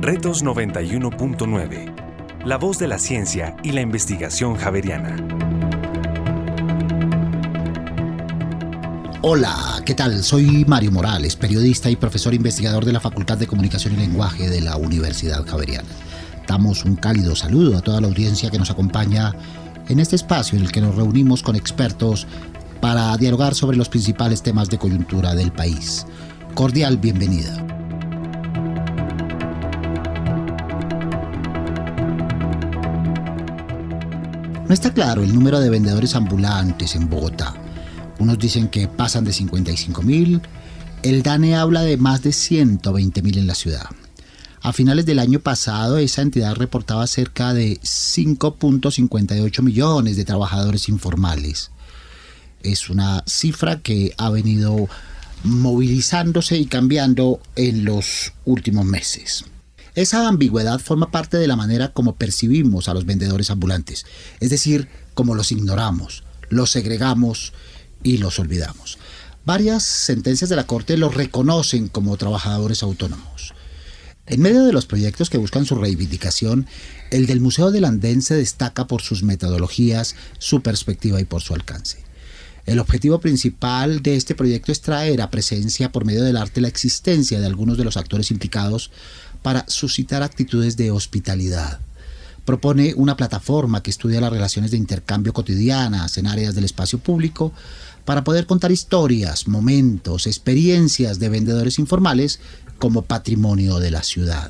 Retos 91.9. La voz de la ciencia y la investigación javeriana. Hola, ¿qué tal? Soy Mario Morales, periodista y profesor investigador de la Facultad de Comunicación y Lenguaje de la Universidad Javeriana. Damos un cálido saludo a toda la audiencia que nos acompaña en este espacio en el que nos reunimos con expertos para dialogar sobre los principales temas de coyuntura del país. Cordial bienvenida. No está claro el número de vendedores ambulantes en Bogotá. Unos dicen que pasan de 55.000. El DANE habla de más de 120.000 en la ciudad. A finales del año pasado, esa entidad reportaba cerca de 5.58 millones de trabajadores informales. Es una cifra que ha venido movilizándose y cambiando en los últimos meses. Esa ambigüedad forma parte de la manera como percibimos a los vendedores ambulantes, es decir, como los ignoramos, los segregamos y los olvidamos. Varias sentencias de la Corte los reconocen como trabajadores autónomos. En medio de los proyectos que buscan su reivindicación, el del Museo del Andén se destaca por sus metodologías, su perspectiva y por su alcance. El objetivo principal de este proyecto es traer a presencia por medio del arte la existencia de algunos de los actores implicados para suscitar actitudes de hospitalidad. Propone una plataforma que estudia las relaciones de intercambio cotidianas en áreas del espacio público para poder contar historias, momentos, experiencias de vendedores informales como patrimonio de la ciudad.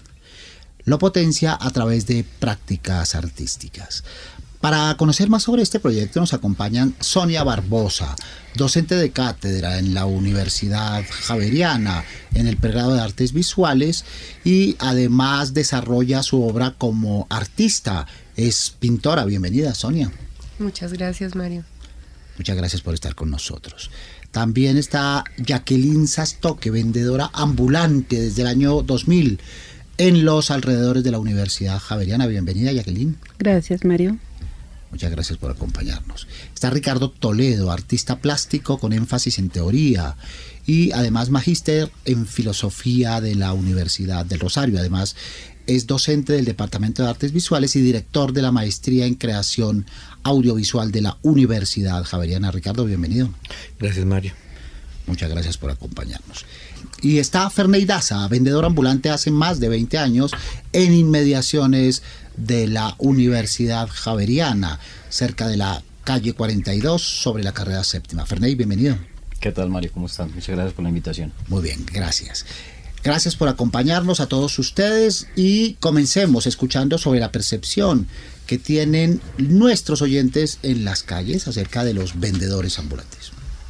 Lo potencia a través de prácticas artísticas. Para conocer más sobre este proyecto nos acompañan Sonia Barbosa, docente de cátedra en la Universidad Javeriana en el pregrado de Artes Visuales y además desarrolla su obra como artista. Es pintora. Bienvenida, Sonia. Muchas gracias, Mario. Muchas gracias por estar con nosotros. También está Jacqueline Sastoque, vendedora ambulante desde el año 2000 en los alrededores de la Universidad Javeriana. Bienvenida, Jacqueline. Gracias, Mario. Muchas gracias por acompañarnos. Está Ricardo Toledo, artista plástico con énfasis en teoría y además magíster en filosofía de la Universidad del Rosario. Además es docente del Departamento de Artes Visuales y director de la maestría en creación audiovisual de la Universidad Javeriana. Ricardo, bienvenido. Gracias, Mario. Muchas gracias por acompañarnos. Y está Ferney Daza, vendedor ambulante hace más de 20 años en inmediaciones de la Universidad Javeriana, cerca de la calle 42, sobre la carrera séptima. Ferney, bienvenido. ¿Qué tal, Mario? ¿Cómo están? Muchas gracias por la invitación. Muy bien, gracias. Gracias por acompañarnos a todos ustedes y comencemos escuchando sobre la percepción que tienen nuestros oyentes en las calles acerca de los vendedores ambulantes.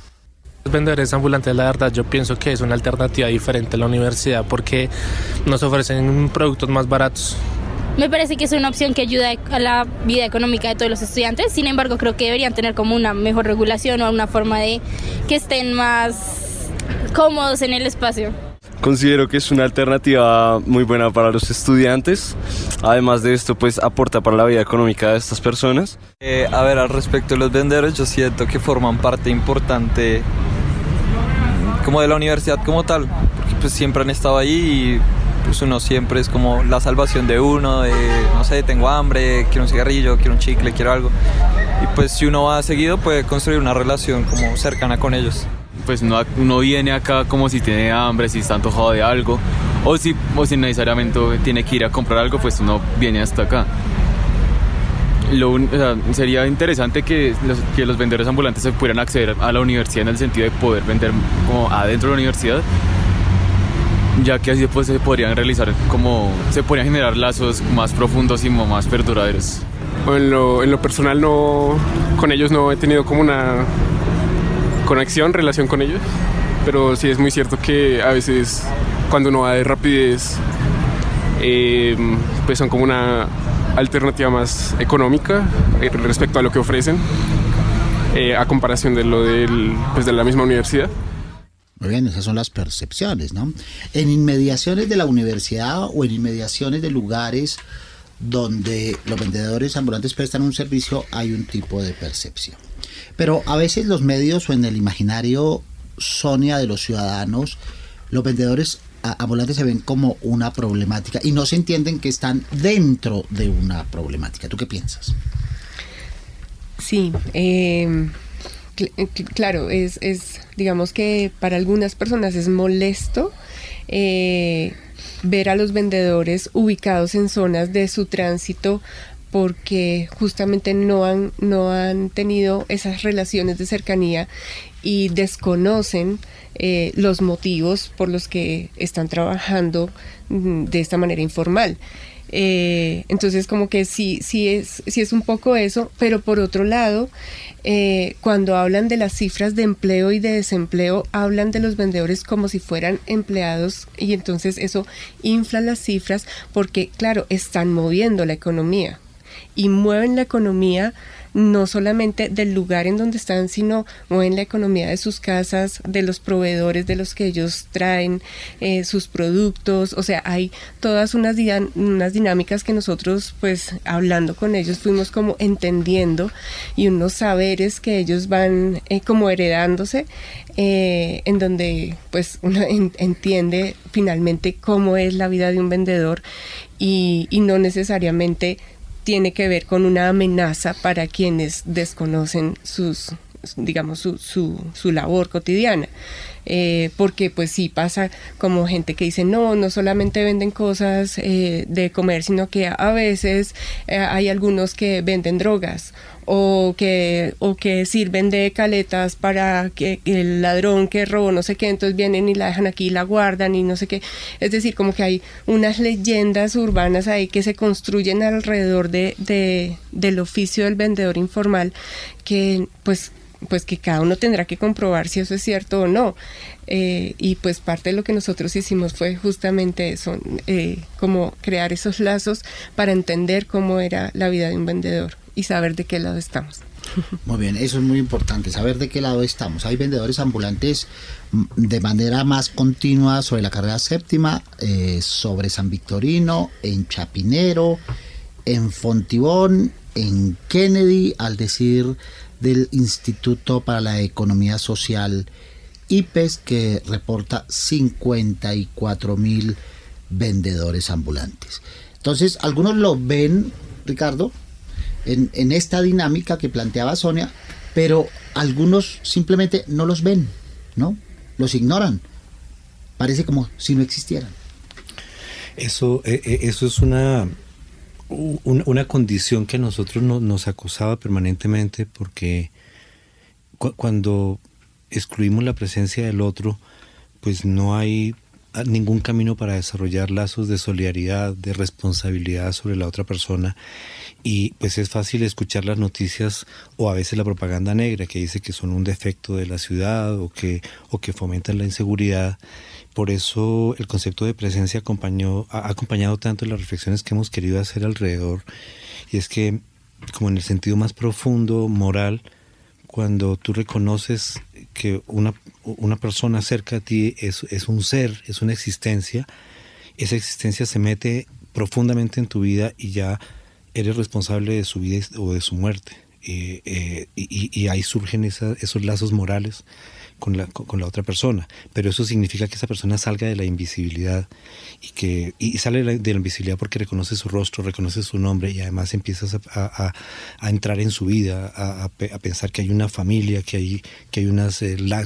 Los vendedores ambulantes, la verdad, yo pienso que es una alternativa diferente a la universidad porque nos ofrecen productos más baratos. Me parece que es una opción que ayuda a la vida económica de todos los estudiantes. Sin embargo, creo que deberían tener como una mejor regulación o una forma de que estén más cómodos en el espacio. Considero que es una alternativa muy buena para los estudiantes. Además de esto, pues aporta para la vida económica de estas personas. Al respecto de los vendedores, yo siento que forman parte importante como de la universidad como tal, porque pues siempre han estado ahí y pues uno siempre es como la salvación de uno, de no sé, tengo hambre, quiero un cigarrillo, quiero un chicle, quiero algo. Y pues si uno va seguido puede construir una relación como cercana con ellos. Pues uno viene acá como si tiene hambre, si está antojado de algo, o si necesariamente tiene que ir a comprar algo, pues uno viene hasta acá. Sería interesante que los vendedores ambulantes se pudieran acceder a la universidad en el sentido de poder vender como adentro de la universidad, ya que así pues se podrían generar lazos más profundos y más perduraderos. En lo personal con ellos no he tenido como una relación con ellos, pero sí es muy cierto que a veces cuando uno va de rapidez pues son como una alternativa más económica respecto a lo que ofrecen a comparación de de la misma universidad. Muy bien, esas son las percepciones, ¿no? En inmediaciones de la universidad o en inmediaciones de lugares donde los vendedores ambulantes prestan un servicio hay un tipo de percepción. Pero a veces los medios o en el imaginario, Sonia, de los ciudadanos, los vendedores ambulantes se ven como una problemática y no se entienden que están dentro de una problemática. ¿Tú qué piensas? Sí, claro, es digamos que para algunas personas es molesto ver a los vendedores ubicados en zonas de su tránsito porque justamente no han tenido esas relaciones de cercanía y desconocen los motivos por los que están trabajando de esta manera informal. Entonces como que sí es un poco eso, pero por otro lado, cuando hablan de las cifras de empleo y de desempleo, hablan de los vendedores como si fueran empleados y entonces eso infla las cifras porque, claro, están moviendo la economía y mueven la economía no solamente del lugar en donde están, sino mueven la economía de sus casas, de los proveedores de los que ellos traen sus productos. O sea, hay todas unas dinámicas que nosotros, pues, hablando con ellos, fuimos como entendiendo y unos saberes que ellos van como heredándose, en donde, pues, uno entiende finalmente cómo es la vida de un vendedor y no necesariamente tiene que ver con una amenaza para quienes desconocen su labor cotidiana. Porque pues sí pasa como gente que dice no solamente venden cosas de comer, sino que a veces hay algunos que venden drogas o que sirven de caletas para que el ladrón que robó no sé qué, entonces vienen y la dejan aquí y la guardan y no sé qué. Es decir, como que hay unas leyendas urbanas ahí que se construyen alrededor del oficio del vendedor informal que pues que cada uno tendrá que comprobar si eso es cierto o no. Y pues parte de lo que nosotros hicimos fue justamente eso, como crear esos lazos para entender cómo era la vida de un vendedor y saber de qué lado estamos. Muy bien, eso es muy importante, saber de qué lado estamos. Hay vendedores ambulantes de manera más continua sobre la carrera séptima, sobre San Victorino, en Chapinero, en Fontibón, en Kennedy, al decir del Instituto para la Economía Social IPES, que reporta 54,000 vendedores ambulantes. Entonces, algunos lo ven, Ricardo, en esta dinámica que planteaba Sonia, pero algunos simplemente no los ven, ¿no? Los ignoran. Parece como si no existieran. Eso es una condición que a nosotros nos acosaba permanentemente, porque cuando excluimos la presencia del otro, pues no hay ningún camino para desarrollar lazos de solidaridad, de responsabilidad sobre la otra persona, y pues es fácil escuchar las noticias o a veces la propaganda negra que dice que son un defecto de la ciudad o que fomentan la inseguridad. Por eso el concepto de presencia ha acompañado tanto las reflexiones que hemos querido hacer alrededor, y es que, como en el sentido más profundo, moral, cuando tú reconoces que una persona cerca a ti es un ser, es una existencia, esa existencia se mete profundamente en tu vida y ya eres responsable de su vida o de su muerte. Y ahí surgen esos lazos morales con la otra persona, pero eso significa que esa persona salga de la invisibilidad y sale de la invisibilidad porque reconoce su rostro, reconoce su nombre, y además empiezas a entrar en su vida, a pensar que hay una familia, que hay unos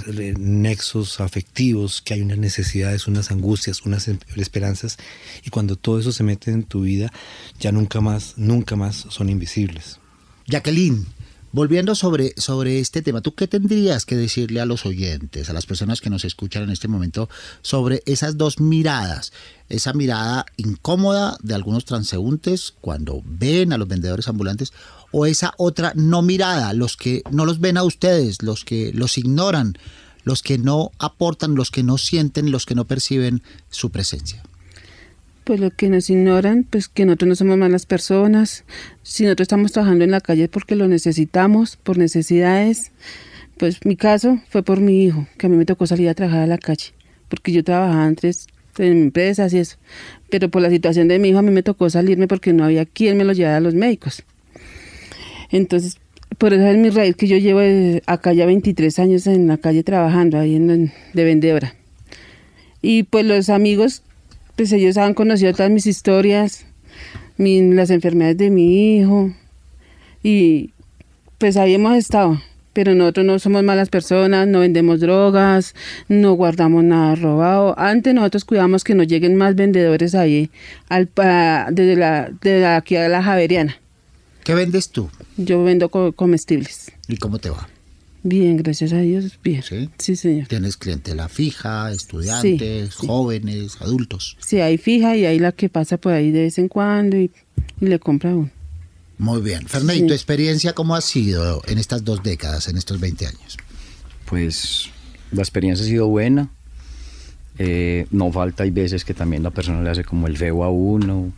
nexos afectivos, que hay unas necesidades, unas angustias, unas esperanzas, y cuando todo eso se mete en tu vida, ya nunca más son invisibles. Jacqueline, volviendo sobre este tema, ¿tú qué tendrías que decirle a los oyentes, a las personas que nos escuchan en este momento, sobre esas dos miradas? Esa mirada incómoda de algunos transeúntes cuando ven a los vendedores ambulantes, o esa otra no mirada, los que no los ven a ustedes, los que los ignoran, los que no aportan, los que no sienten, los que no perciben su presencia. Pues lo que nos ignoran, pues que nosotros no somos malas personas. Si nosotros estamos trabajando en la calle es porque lo necesitamos, por necesidades. Pues mi caso fue por mi hijo, que a mí me tocó salir a trabajar a la calle, porque yo trabajaba antes en empresas y eso. Pero por la situación de mi hijo a mí me tocó salirme porque no había quien me lo llevara a los médicos. Entonces, por eso es mi raíz, que yo llevo acá ya 23 años en la calle trabajando, ahí de vendedora. Y pues los amigos, pues ellos han conocido todas mis historias, las enfermedades de mi hijo, y pues ahí hemos estado. Pero nosotros no somos malas personas, no vendemos drogas, no guardamos nada robado. Antes nosotros cuidamos que nos lleguen más vendedores ahí, desde aquí a la Javeriana. ¿Qué vendes tú? Yo vendo comestibles. ¿Y cómo te va? Bien, gracias a Dios, bien. ¿Sí? Sí, señor. ¿Tienes clientela fija, estudiantes, sí, jóvenes, adultos? Sí, hay fija y hay la que pasa por ahí de vez en cuando y le compra uno. Muy bien. Ferney, ¿tu experiencia cómo ha sido en estas 2 décadas, en estos 20 años? Pues la experiencia ha sido buena. No falta, hay veces que también la persona le hace como el feo a uno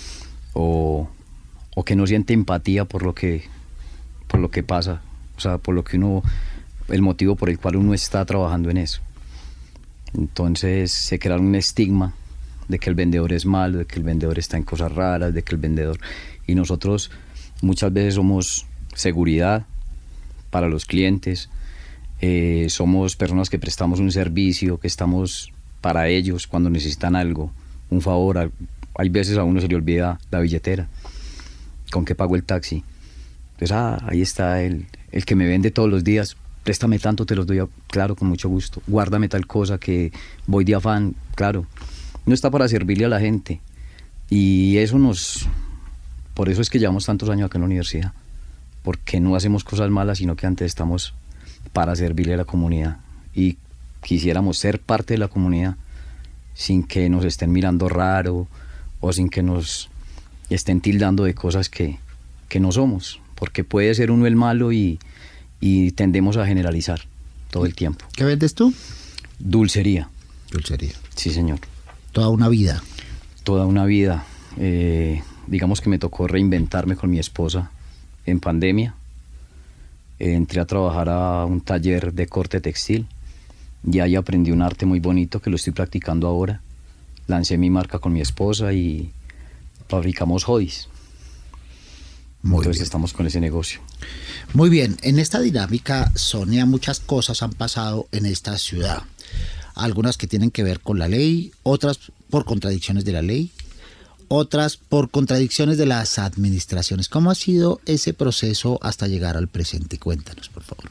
o que no siente empatía por lo que pasa, o sea, por lo que el motivo por el cual uno está trabajando en eso. Entonces se crea un estigma de que el vendedor es malo, de que el vendedor está en cosas raras, de que el vendedor... Y nosotros muchas veces somos seguridad para los clientes, somos personas que prestamos un servicio, que estamos para ellos cuando necesitan algo, un favor. Hay veces a uno se le olvida la billetera, ¿con qué pago el taxi? Entonces, ahí está el que me vende todos los días, préstame tanto, te los doy, claro, con mucho gusto, guárdame tal cosa que voy de afán, claro. No está para servirle a la gente, y eso por eso es que llevamos tantos años acá en la universidad, porque no hacemos cosas malas, sino que antes estamos para servirle a la comunidad, y quisiéramos ser parte de la comunidad sin que nos estén mirando raro o sin que nos estén tildando de cosas que no somos, porque puede ser uno el malo y tendemos a generalizar todo el tiempo. ¿Qué vendes tú? Dulcería. Dulcería. Sí, señor. Toda una vida. Toda una vida. Digamos que me tocó reinventarme con mi esposa en pandemia. Entré a trabajar a un taller de corte textil y ahí aprendí un arte muy bonito que lo estoy practicando ahora. Lancé mi marca con mi esposa y fabricamos hoodies. Entonces estamos con ese negocio. Muy bien, en esta dinámica, Sonia, muchas cosas han pasado en esta ciudad. Algunas que tienen que ver con la ley, otras por contradicciones de la ley, otras por contradicciones de las administraciones. ¿Cómo ha sido ese proceso hasta llegar al presente? Cuéntanos, por favor.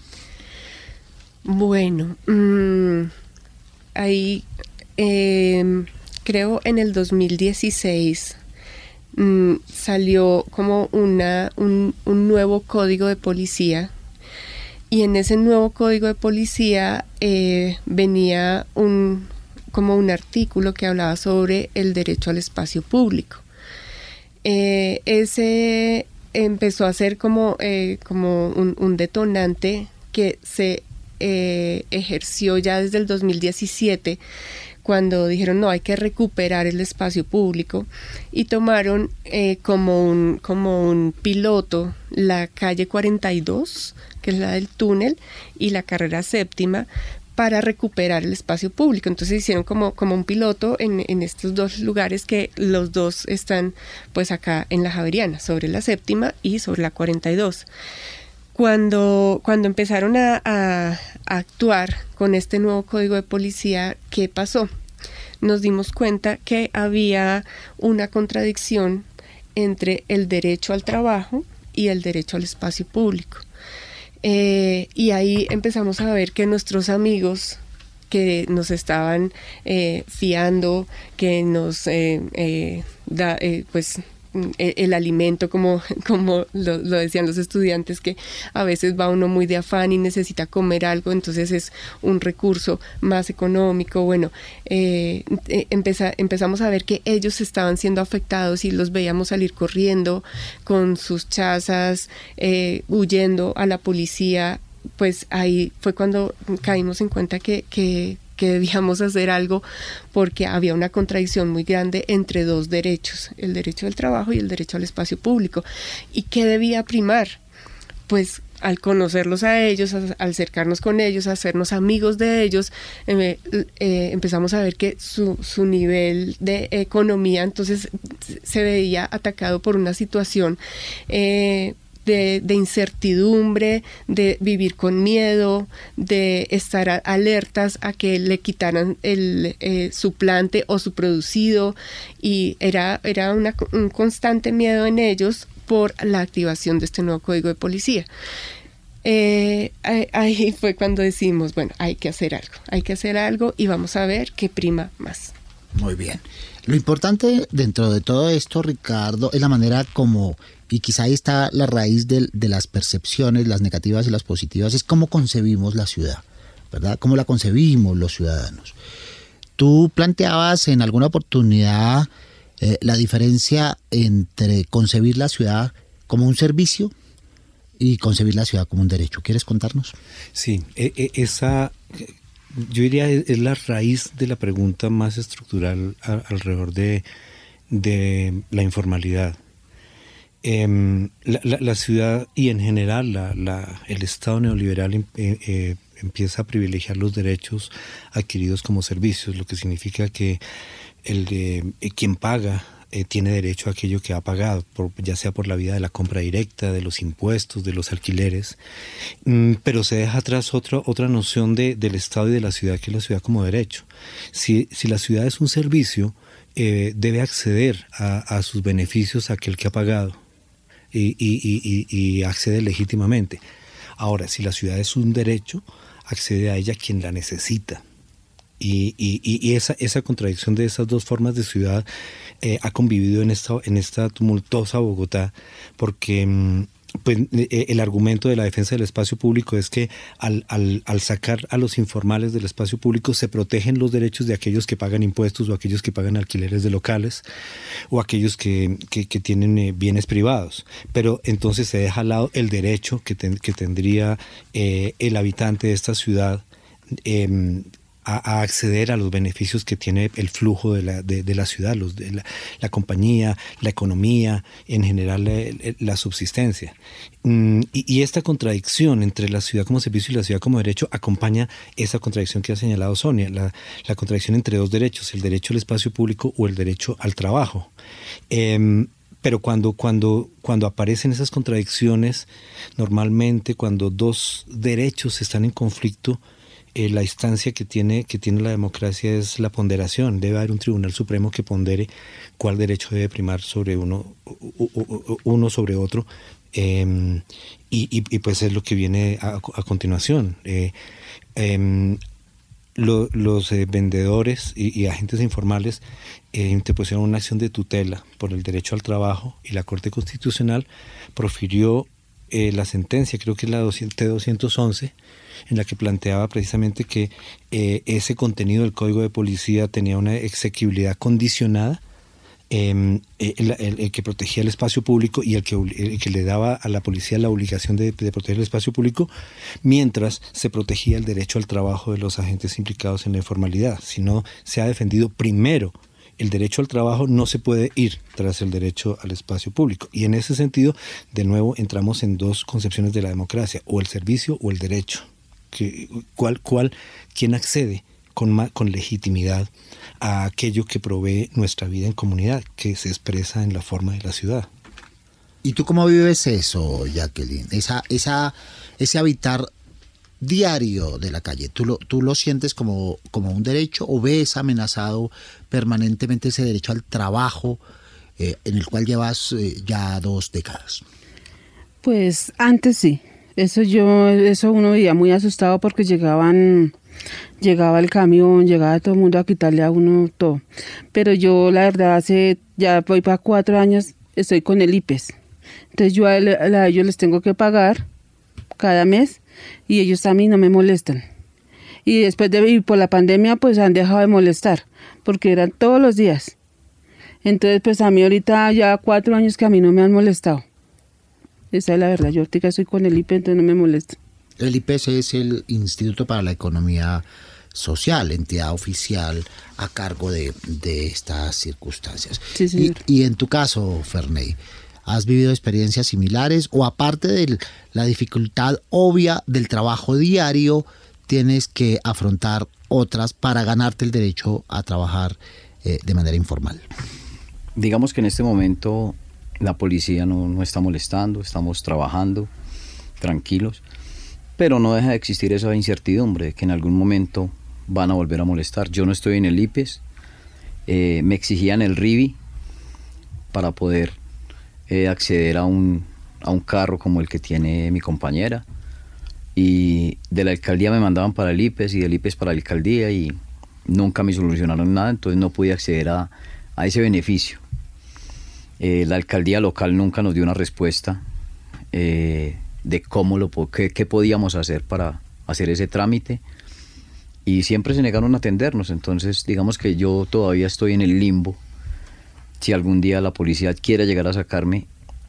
Bueno, ahí creo en el 2016 salió como un nuevo código de policía, y en ese nuevo código de policía venía como un artículo que hablaba sobre el derecho al espacio público. Ese empezó a ser como un detonante que se ejerció ya desde el 2017, cuando dijeron no, hay que recuperar el espacio público, y tomaron como un piloto la calle 42, que es la del túnel, y la carrera séptima, para recuperar el espacio público. Entonces hicieron como un piloto en estos 2 lugares, que los 2 están pues acá en la Javeriana, sobre la séptima y sobre la 42. Cuando empezaron a actuar con este nuevo código de policía, ¿qué pasó? Nos dimos cuenta que había una contradicción entre el derecho al trabajo y el derecho al espacio público. Y ahí empezamos a ver que nuestros amigos que nos estaban fiando, que nos pues el alimento, como lo decían los estudiantes, que a veces va uno muy de afán y necesita comer algo, entonces es un recurso más económico. Bueno, empezamos a ver que ellos estaban siendo afectados y los veíamos salir corriendo con sus chazas, huyendo a la policía. Pues ahí fue cuando caímos en cuenta que debíamos hacer algo, porque había una contradicción muy grande entre 2 derechos, el derecho del trabajo y el derecho al espacio público. ¿Y qué debía primar? Pues al conocerlos a ellos, al acercarnos con ellos, a hacernos amigos de ellos, empezamos a ver que su nivel de economía entonces se veía atacado por una situación de incertidumbre, de vivir con miedo, de estar alertas a que le quitaran su plante o su producido, y era un constante miedo en ellos por la activación de este nuevo código de policía. Ahí fue cuando decimos, bueno, hay que hacer algo y vamos a ver qué prima más. Muy bien. Lo importante dentro de todo esto, Ricardo, es la manera como, y quizá ahí está la raíz de las percepciones, las negativas y las positivas, es cómo concebimos la ciudad, ¿verdad? Cómo la concebimos los ciudadanos. Tú planteabas en alguna oportunidad la diferencia entre concebir la ciudad como un servicio y concebir la ciudad como un derecho. ¿Quieres contarnos? Sí, yo diría es la raíz de la pregunta más estructural alrededor de la informalidad. La ciudad y en general el Estado neoliberal empieza a privilegiar los derechos adquiridos como servicios, lo que significa que quien paga tiene derecho a aquello que ha pagado, ya sea por la vía de la compra directa, de los impuestos, de los alquileres, pero se deja atrás otra noción del Estado y de la ciudad, que es la ciudad como derecho. Si la ciudad es un servicio, debe acceder a sus beneficios aquel que ha pagado y accede legítimamente. Ahora, si la ciudad es un derecho, accede a ella quien la necesita. Y esa contradicción de esas dos formas de ciudad ha convivido en esta tumultuosa Bogotá, porque pues, el argumento de la defensa del espacio público es que al sacar a los informales del espacio público se protegen los derechos de aquellos que pagan impuestos o aquellos que pagan alquileres de locales o aquellos que tienen bienes privados, pero entonces se deja al lado el derecho que tendría el habitante de esta ciudad a acceder a los beneficios que tiene el flujo de la ciudad, la compañía, la economía, en general la subsistencia. Y esta contradicción entre la ciudad como servicio y la ciudad como derecho acompaña esa contradicción que ha señalado Sonia, la contradicción entre dos derechos, el derecho al espacio público o el derecho al trabajo. Pero cuando aparecen esas contradicciones, normalmente cuando dos derechos están en conflicto, la instancia que tiene la democracia es la ponderación. Debe haber un tribunal supremo que pondere cuál derecho debe primar sobre uno sobre otro, y pues es lo que viene a continuación. Los vendedores y agentes informales interpusieron una acción de tutela por el derecho al trabajo, y la Corte Constitucional profirió la sentencia, creo que es la T211, en la que planteaba precisamente que ese contenido del Código de Policía tenía una exequibilidad condicionada, el que protegía el espacio público y el que le daba a la policía la obligación de proteger el espacio público, mientras se protegía el derecho al trabajo de los agentes implicados en la informalidad. Si no se ha defendido primero el derecho al trabajo, no se puede ir tras el derecho al espacio público. Y en ese sentido, de nuevo, entramos en dos concepciones de la democracia: o el servicio o el derecho. ¿Quién accede con legitimidad a aquello que provee nuestra vida en comunidad, que se expresa en la forma de la ciudad? ¿Y tú cómo vives eso, Jacqueline? Ese habitar diario de la calle, ¿tú lo sientes como un derecho, o ves amenazado permanentemente ese derecho al trabajo en el cual llevas ya 2 décadas? Pues antes sí. Eso uno veía muy asustado, porque llegaba el camión, llegaba todo el mundo a quitarle a uno todo. Pero yo, la verdad, ya voy para 4 años, estoy con el IPES. Entonces yo a ellos les tengo que pagar cada mes, y ellos a mí no me molestan. Y después de vivir por la pandemia, pues han dejado de molestar, porque eran todos los días. Entonces, pues a mí ahorita ya 4 años que a mí no me han molestado. Esa es la verdad. Yo ahorita estoy con el IPES, entonces no me molesta. El IPES es el Instituto para la Economía Social, entidad oficial a cargo de estas circunstancias. Sí, señor. Y en tu caso, Ferney, ¿has vivido experiencias similares, o aparte de la dificultad obvia del trabajo diario, tienes que afrontar otras para ganarte el derecho a trabajar de manera informal? Digamos que en este momento La policía no está molestando, estamos trabajando tranquilos, pero no deja de existir esa incertidumbre de que en algún momento van a volver a molestar. Yo no estoy en el IPES, me exigían el RIBI para poder acceder a un carro como el que tiene mi compañera, y de la alcaldía me mandaban para el IPES y del IPES para la alcaldía y nunca me solucionaron nada, entonces no pude acceder a ese beneficio. La alcaldía local nunca nos dio una respuesta de qué podíamos hacer para hacer ese trámite, y siempre se negaron a atendernos. Entonces digamos que yo todavía estoy en el limbo. Si algún día la policía quiere llegar a sacarme,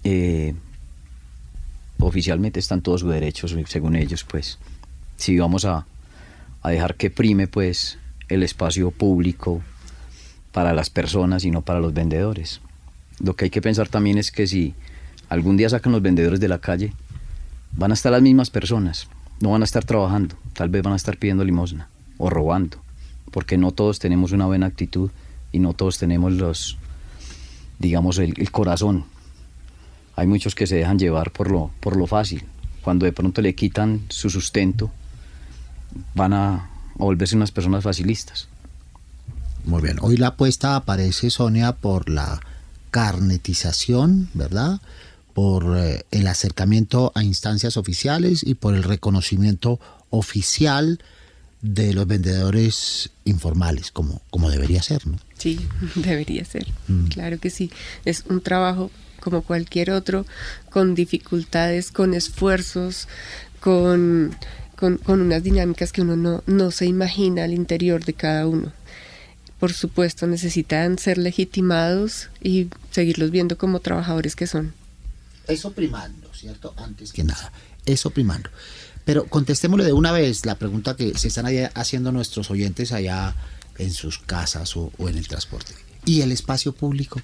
oficialmente están todos sus derechos según ellos, pues si vamos a dejar que prime pues el espacio público para las personas y no para los vendedores. Lo que hay que pensar también es que si algún día sacan los vendedores de la calle, van a estar las mismas personas, no van a estar trabajando, tal vez van a estar pidiendo limosna o robando, porque no todos tenemos una buena actitud y no todos tenemos el corazón. Hay muchos que se dejan llevar por lo fácil. Cuando de pronto le quitan su sustento, van a volverse unas personas facilistas. Muy bien, hoy la apuesta aparece, Sonia, por la carnetización, ¿verdad? Por el acercamiento a instancias oficiales y por el reconocimiento oficial de los vendedores informales, como debería ser, ¿no? Sí, debería ser, claro que sí. Es un trabajo como cualquier otro, con dificultades, con esfuerzos, con unas dinámicas que uno no se imagina al interior de cada uno. Por supuesto, necesitan ser legitimados y seguirlos viendo como trabajadores que son. Eso primando, ¿cierto? Antes que nada, eso primando. Pero contestémosle de una vez la pregunta que se están haciendo nuestros oyentes allá en sus casas o en el transporte. ¿Y el espacio público?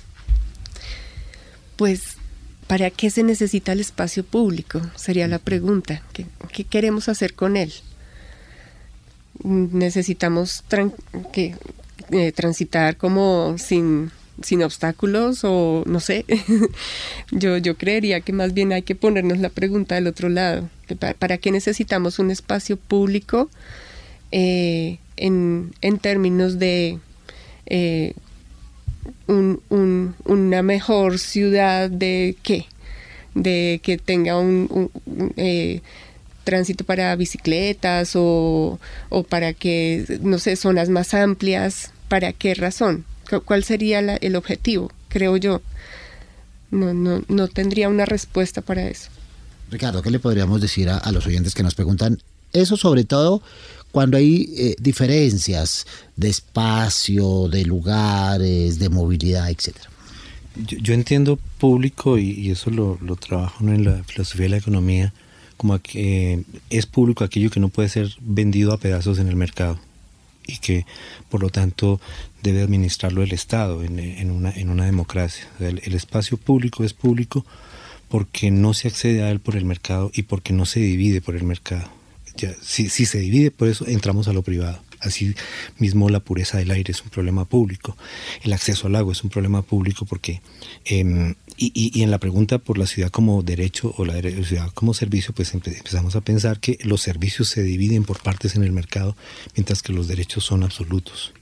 Pues, ¿para qué se necesita el espacio público? Sería la pregunta. ¿Qué queremos hacer con él? ¿Necesitamos transitar como sin obstáculos o no sé? Yo creería que más bien hay que ponernos la pregunta del otro lado. ¿Para qué necesitamos un espacio público en términos de una mejor ciudad? ¿De qué? De que tenga un tránsito para bicicletas o para que, no sé, zonas más amplias. ¿Para qué razón? ¿Cuál sería el objetivo? Creo yo. No tendría una respuesta para eso. Ricardo, ¿qué le podríamos decir a los oyentes que nos preguntan eso, sobre todo cuando hay diferencias de espacio, de lugares, de movilidad, etcétera? Yo entiendo público, y eso lo trabajo en la filosofía de la economía, como que es público aquello que no puede ser vendido a pedazos en el mercado y que por lo tanto debe administrarlo el Estado en una democracia. O sea, el espacio público es público porque no se accede a él por el mercado y porque no se divide por el mercado. Ya, si se divide, por eso entramos a lo privado. Así mismo la pureza del aire es un problema público, el acceso al agua es un problema público porque y en la pregunta por la ciudad como derecho o la ciudad como servicio, pues empezamos a pensar que los servicios se dividen por partes en el mercado, mientras que los derechos son absolutos.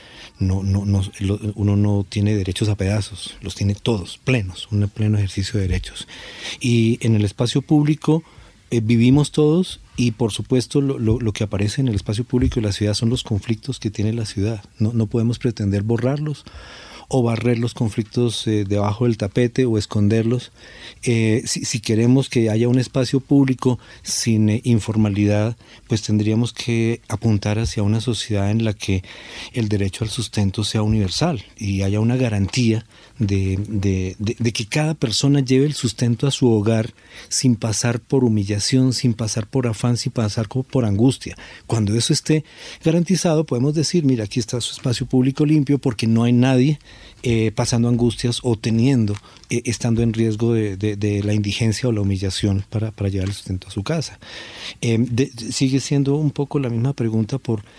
Uno no tiene derechos a pedazos, los tiene todos, plenos, un pleno ejercicio de derechos. Y en el espacio público vivimos todos, y por supuesto lo que aparece en el espacio público de la ciudad son los conflictos que tiene la ciudad. No podemos pretender borrarlos o barrer los conflictos debajo del tapete o esconderlos. Si queremos que haya un espacio público sin informalidad, pues tendríamos que apuntar hacia una sociedad en la que el derecho al sustento sea universal y haya una garantía de que cada persona lleve el sustento a su hogar sin pasar por humillación, sin pasar por afán, sin pasar por angustia. Cuando eso esté garantizado, podemos decir, mira, aquí está su espacio público limpio porque no hay nadie pasando angustias o estando en riesgo de la indigencia o la humillación para llevar el sustento a su casa. Sigue siendo un poco la misma pregunta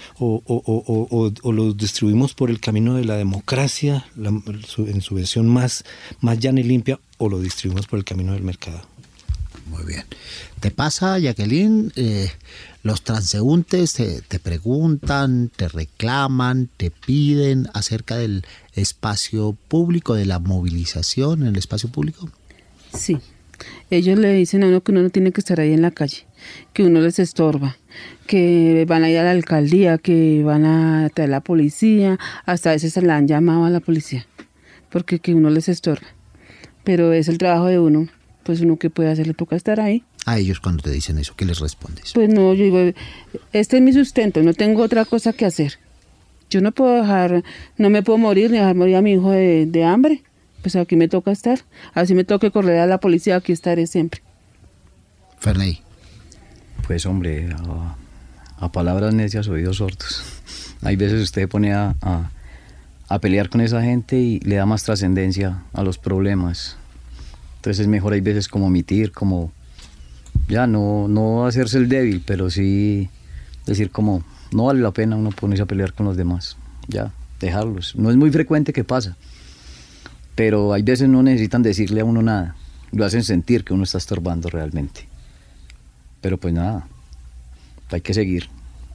o lo distribuimos por el camino de la democracia en su versión más llana y limpia, o lo distribuimos por el camino del mercado. Muy bien. ¿Te pasa, Jacqueline? Los transeúntes te preguntan, te reclaman, te piden acerca del espacio público, de la movilización en el espacio público. Sí, ellos le dicen a uno que uno no tiene que estar ahí en la calle, que uno les estorba, que van a ir a la alcaldía, que van a traer la policía, hasta a veces se la han llamado a la policía, porque que uno les estorba. Pero es el trabajo de uno, pues uno que puede hacer, le toca estar ahí. A ellos cuando te dicen eso, ¿qué les respondes? Pues no, yo digo, este es mi sustento, no tengo otra cosa que hacer. Yo no puedo no me puedo morir ni dejar morir a mi hijo de hambre. Pues aquí me toca estar. Así me toca correr a la policía, aquí estaré siempre. Ferney. Pues hombre, a palabras necias, oídos sordos. Hay veces usted se pone a pelear con esa gente y le da más trascendencia a los problemas. Entonces es mejor hay veces como omitir, como ya no hacerse el débil, pero sí decir como no vale la pena uno ponerse a pelear con los demás, ya, dejarlos. No es muy frecuente que pasa, pero hay veces no necesitan decirle a uno nada, lo hacen sentir que uno está estorbando realmente. Pero pues nada, hay que seguir.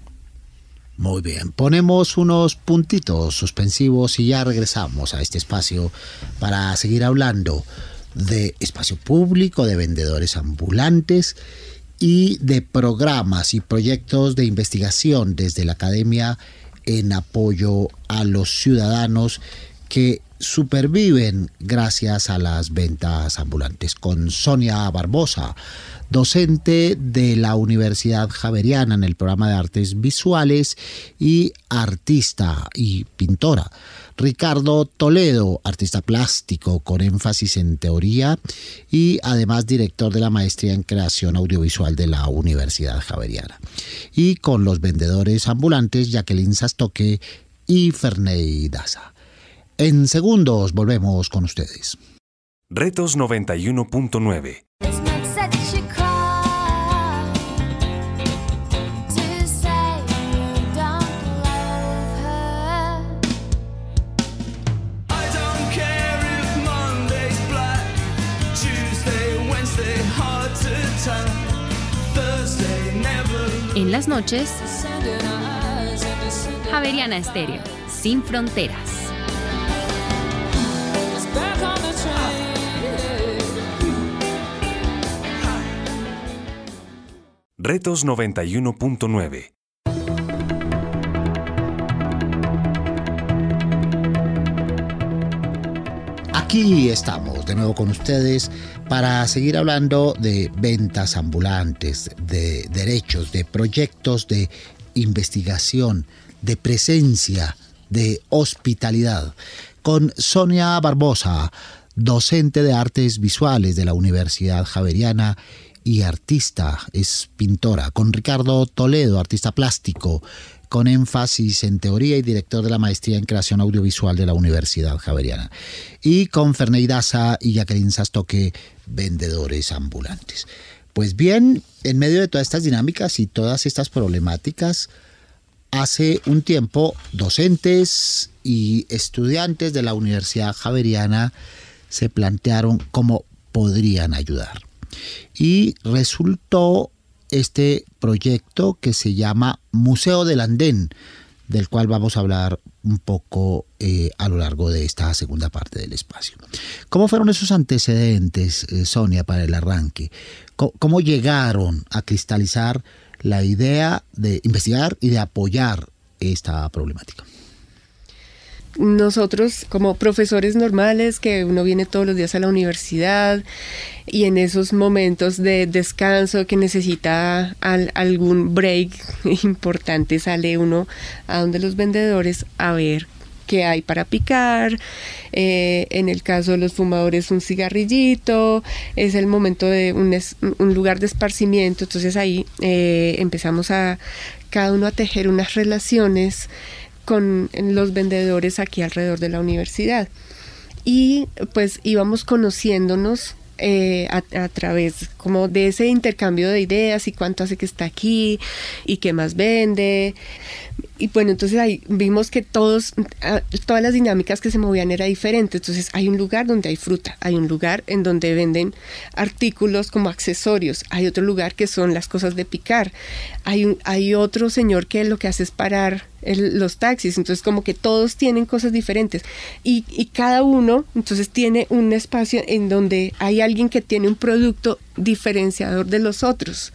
Muy bien, ponemos unos puntitos suspensivos y ya regresamos a este espacio para seguir hablando de espacio público, de vendedores ambulantes y de programas y proyectos de investigación desde la academia en apoyo a los ciudadanos que superviven gracias a las ventas ambulantes. Con Sonia Barbosa, docente de la Universidad Javeriana en el programa de Artes Visuales y artista y pintora. Ricardo Toledo, artista plástico con énfasis en teoría y además director de la maestría en creación audiovisual de la Universidad Javeriana. Y con los vendedores ambulantes Jacqueline Sastoque y Ferney Daza. En segundos volvemos con ustedes. Retos 91.9. En las noches, Javeriana Estéreo, sin fronteras. Retos 91.9. Aquí estamos de nuevo con ustedes para seguir hablando de ventas ambulantes, de derechos, de proyectos de investigación, de presencia, de hospitalidad. Con Sonia Barbosa, docente de artes visuales de la Universidad Javeriana y artista, es pintora. Con Ricardo Toledo, artista plástico, con énfasis en teoría y director de la maestría en creación audiovisual de la Universidad Javeriana. Y con Ferney Daza y Jacqueline Sastoque, vendedores ambulantes. Pues bien, en medio de todas estas dinámicas y todas estas problemáticas, hace un tiempo docentes y estudiantes de la Universidad Javeriana se plantearon cómo podrían ayudar. Y resultó este proyecto que se llama Museo del Andén, del cual vamos a hablar un poco a lo largo de esta segunda parte del espacio. ¿Cómo fueron esos antecedentes, Sonia, para el arranque? ¿Cómo llegaron a cristalizar la idea de investigar y de apoyar esta problemática? Nosotros, como profesores normales, que uno viene todos los días a la universidad y en esos momentos de descanso que necesita algún break importante, sale uno a donde los vendedores a ver qué hay para picar. En el caso de los fumadores, un cigarrillito. Es el momento de un lugar de esparcimiento. Entonces ahí empezamos cada uno a tejer unas relaciones con los vendedores aquí alrededor de la universidad. Y pues íbamos conociéndonos a través como de ese intercambio de ideas y cuánto hace que está aquí y qué más vende. Y bueno, entonces ahí vimos que todas las dinámicas que se movían era diferente. Entonces hay un lugar donde hay fruta, hay un lugar en donde venden artículos como accesorios, hay otro lugar que son las cosas de picar, hay otro señor que lo que hace es parar los taxis. Entonces como que todos tienen cosas diferentes y cada uno entonces tiene un espacio en donde hay alguien que tiene un producto diferenciador de los otros.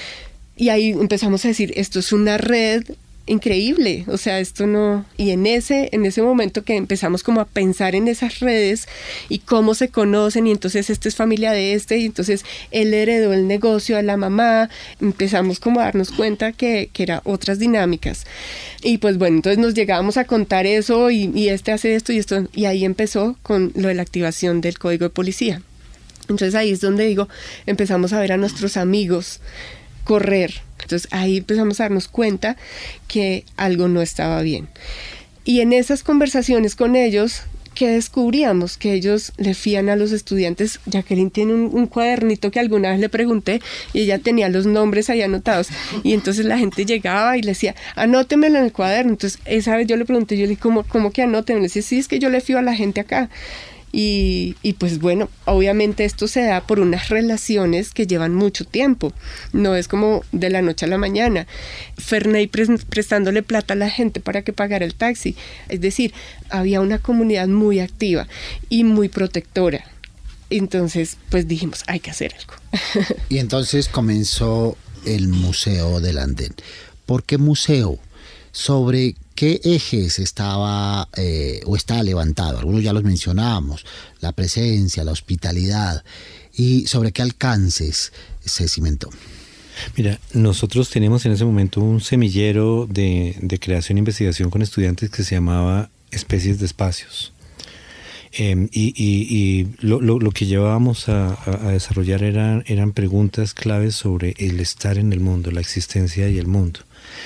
Y ahí empezamos a decir, esto es una red increíble, o sea, esto no... Y en ese momento que empezamos como a pensar en esas redes y cómo se conocen, y entonces este es familia de este, y entonces él heredó el negocio a la mamá, empezamos como a darnos cuenta que eran otras dinámicas. Y pues bueno, entonces nos llegábamos a contar eso, y este hace esto y esto, y ahí empezó con lo de la activación del código de policía. Entonces ahí es donde digo, empezamos a ver a nuestros amigos correr. Entonces ahí empezamos a darnos cuenta que algo no estaba bien. Y en esas conversaciones con ellos, ¿qué descubríamos? Que ellos le fían a los estudiantes. Jacqueline tiene un cuadernito que alguna vez le pregunté y ella tenía los nombres ahí anotados. Y entonces la gente llegaba y le decía, anótemelo en el cuaderno. Entonces esa vez yo le pregunté, yo le dije, ¿cómo que anótemelo? Le decía, sí, es que yo le fío a la gente acá. Y pues bueno, obviamente esto se da por unas relaciones que llevan mucho tiempo, no es como de la noche a la mañana. Ferney prestándole plata a la gente para que pagara el taxi, es decir, había una comunidad muy activa y muy protectora. Entonces pues dijimos, hay que hacer algo. Y entonces comenzó el Museo del Andén. ¿Por qué museo? ¿Sobre qué ejes estaba o está levantado? Algunos ya los mencionábamos, la presencia, la hospitalidad, y sobre qué alcances se cimentó. Mira, nosotros teníamos en ese momento un semillero de creación e investigación con estudiantes que se llamaba Especies de Espacios. Y lo que llevábamos a desarrollar eran preguntas claves sobre el estar en el mundo, la existencia y el mundo.